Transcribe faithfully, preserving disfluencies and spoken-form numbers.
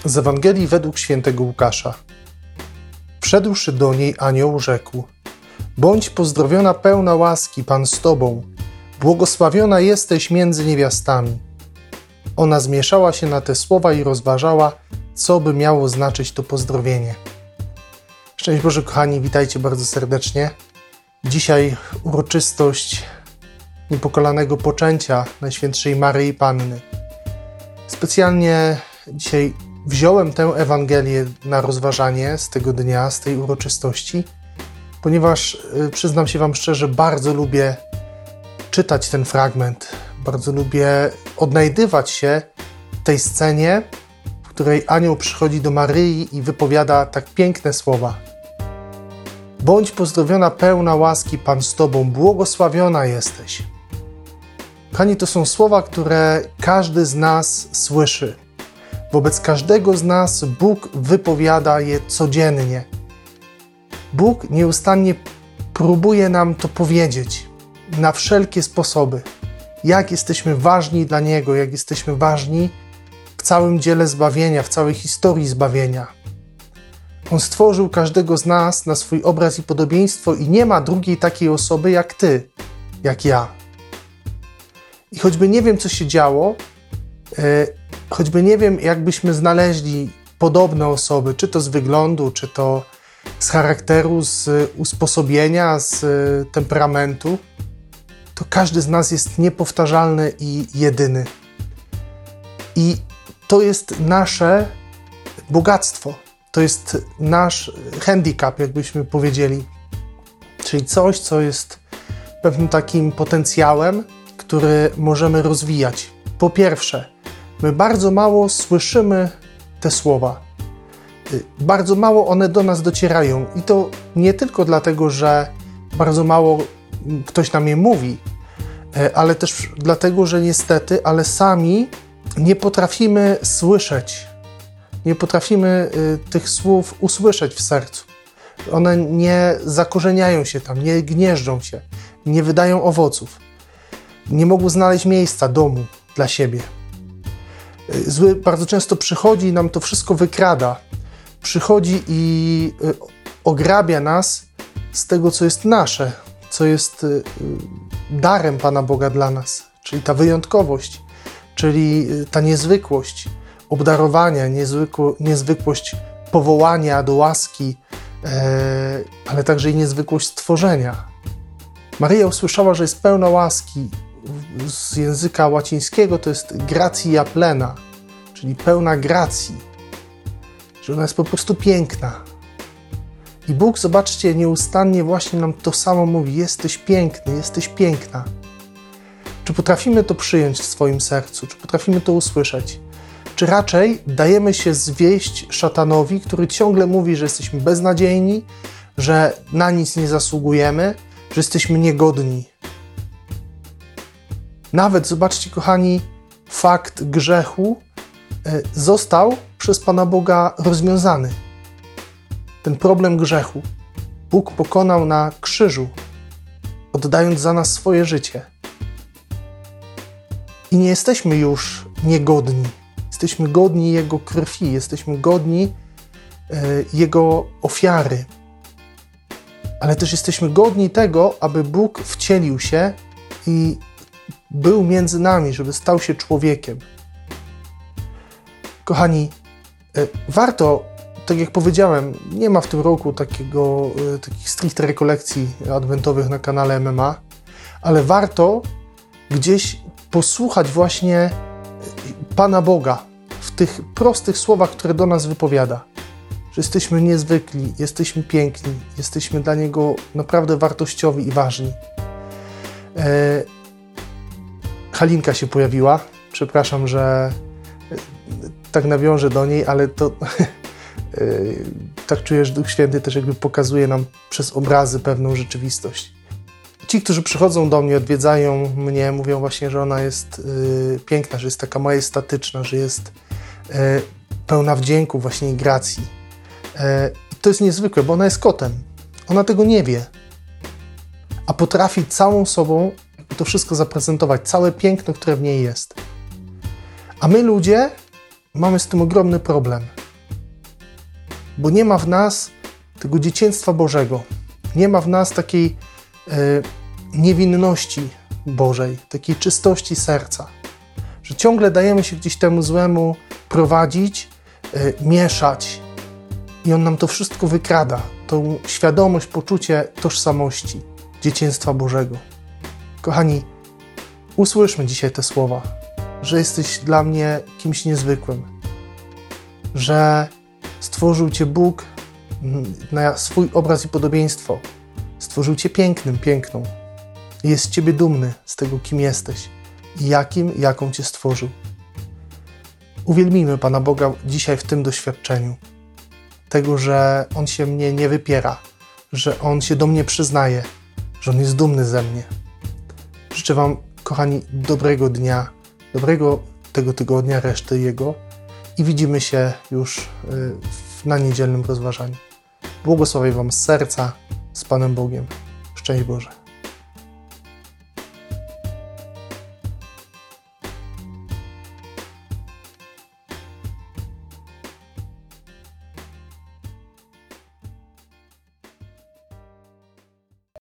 Z Ewangelii według świętego Łukasza. Wszedłszy do niej, anioł rzekł: Bądź pozdrowiona, pełna łaski, Pan z Tobą, błogosławiona jesteś między niewiastami. Ona zmieszała się na te słowa i rozważała, co by miało znaczyć to pozdrowienie. Szczęść Boże, kochani, witajcie bardzo serdecznie. Dzisiaj uroczystość niepokalanego poczęcia Najświętszej Maryi Panny. Specjalnie dzisiaj wziąłem tę Ewangelię na rozważanie z tego dnia, z tej uroczystości, ponieważ przyznam się Wam szczerze, bardzo lubię czytać ten fragment, bardzo lubię odnajdywać się w tej scenie, w której anioł przychodzi do Maryi i wypowiada tak piękne słowa. Bądź pozdrowiona, pełna łaski, Pan z Tobą, błogosławiona jesteś. Kochani, to są słowa, które każdy z nas słyszy. Wobec każdego z nas Bóg wypowiada je codziennie. Bóg nieustannie próbuje nam to powiedzieć na wszelkie sposoby. Jak jesteśmy ważni dla Niego, jak jesteśmy ważni w całym dziele zbawienia, w całej historii zbawienia. On stworzył każdego z nas na swój obraz i podobieństwo i nie ma drugiej takiej osoby jak Ty, jak ja. I choćby nie wiem, co się działo, yy, choćby nie wiem, jakbyśmy znaleźli podobne osoby, czy to z wyglądu, czy to z charakteru, z usposobienia, z temperamentu, to każdy z nas jest niepowtarzalny i jedyny. I to jest nasze bogactwo, to jest nasz handicap, jakbyśmy powiedzieli, czyli coś, co jest pewnym takim potencjałem, który możemy rozwijać. Po pierwsze, my bardzo mało słyszymy te słowa. Bardzo mało one do nas docierają. I to nie tylko dlatego, że bardzo mało ktoś nam je mówi, ale też dlatego, że niestety, ale sami nie potrafimy słyszeć. Nie potrafimy tych słów usłyszeć w sercu. One nie zakorzeniają się tam, nie gnieżdżą się, nie wydają owoców. Nie mogą znaleźć miejsca, domu dla siebie. Zły bardzo często przychodzi i nam to wszystko wykrada. Przychodzi i ograbia nas z tego, co jest nasze, co jest darem Pana Boga dla nas, czyli ta wyjątkowość, czyli ta niezwykłość obdarowania, niezwykło, niezwykłość powołania do łaski, e, ale także i niezwykłość stworzenia. Maryja usłyszała, że jest pełna łaski. Z języka łacińskiego to jest gratia plena, czyli pełna gracji, że ona jest po prostu piękna. I Bóg, zobaczcie, nieustannie właśnie nam to samo mówi: jesteś piękny, jesteś piękna. Czy potrafimy to przyjąć w swoim sercu? Czy potrafimy to usłyszeć? Czy raczej dajemy się zwieść szatanowi, który ciągle mówi, że jesteśmy beznadziejni, że na nic nie zasługujemy, że jesteśmy niegodni? Nawet, zobaczcie, kochani, fakt grzechu został przez Pana Boga rozwiązany. Ten problem grzechu Bóg pokonał na krzyżu, oddając za nas swoje życie. I nie jesteśmy już niegodni. Jesteśmy godni Jego krwi, jesteśmy godni Jego ofiary. Ale też jesteśmy godni tego, aby Bóg wcielił się i był między nami, żeby stał się człowiekiem. Kochani, warto, tak jak powiedziałem, nie ma w tym roku takiego, takich stricte rekolekcji adwentowych na kanale M M A, ale warto gdzieś posłuchać właśnie Pana Boga w tych prostych słowach, które do nas wypowiada. Że jesteśmy niezwykli, jesteśmy piękni, jesteśmy dla Niego naprawdę wartościowi i ważni. E, Halinka się pojawiła. Przepraszam, że tak nawiążę do niej, ale to tak czuję, że Duch Święty też jakby pokazuje nam przez obrazy pewną rzeczywistość. Ci, którzy przychodzą do mnie, odwiedzają mnie, mówią właśnie, że ona jest y, piękna, że jest taka majestatyczna, że jest y, pełna wdzięku właśnie i gracji. Y, to jest niezwykłe, bo ona jest kotem. Ona tego nie wie, a potrafi całą sobą to wszystko zaprezentować, całe piękno, które w niej jest. A my, ludzie, mamy z tym ogromny problem. bo nie ma w nas tego dzieciństwa Bożego. Nie ma w nas takiej e, niewinności Bożej, takiej czystości serca, że ciągle dajemy się gdzieś temu złemu prowadzić, e, mieszać i on nam to wszystko wykrada, tą świadomość, poczucie tożsamości dzieciństwa Bożego. Kochani, usłyszmy dzisiaj te słowa, że jesteś dla mnie kimś niezwykłym, że stworzył Cię Bóg na swój obraz i podobieństwo. Stworzył Cię pięknym, piękną. I jest z Ciebie dumny, z tego, kim jesteś i jakim, jaką Cię stworzył. Uwielbijmy Pana Boga dzisiaj w tym doświadczeniu. Tego, że On się mnie nie wypiera, że On się do mnie przyznaje, że On jest dumny ze mnie. Życzę Wam, kochani, dobrego dnia, dobrego tego tygodnia, reszty jego i widzimy się już na niedzielnym rozważaniu. Błogosławię Wam z serca, z Panem Bogiem. Szczęść Boże.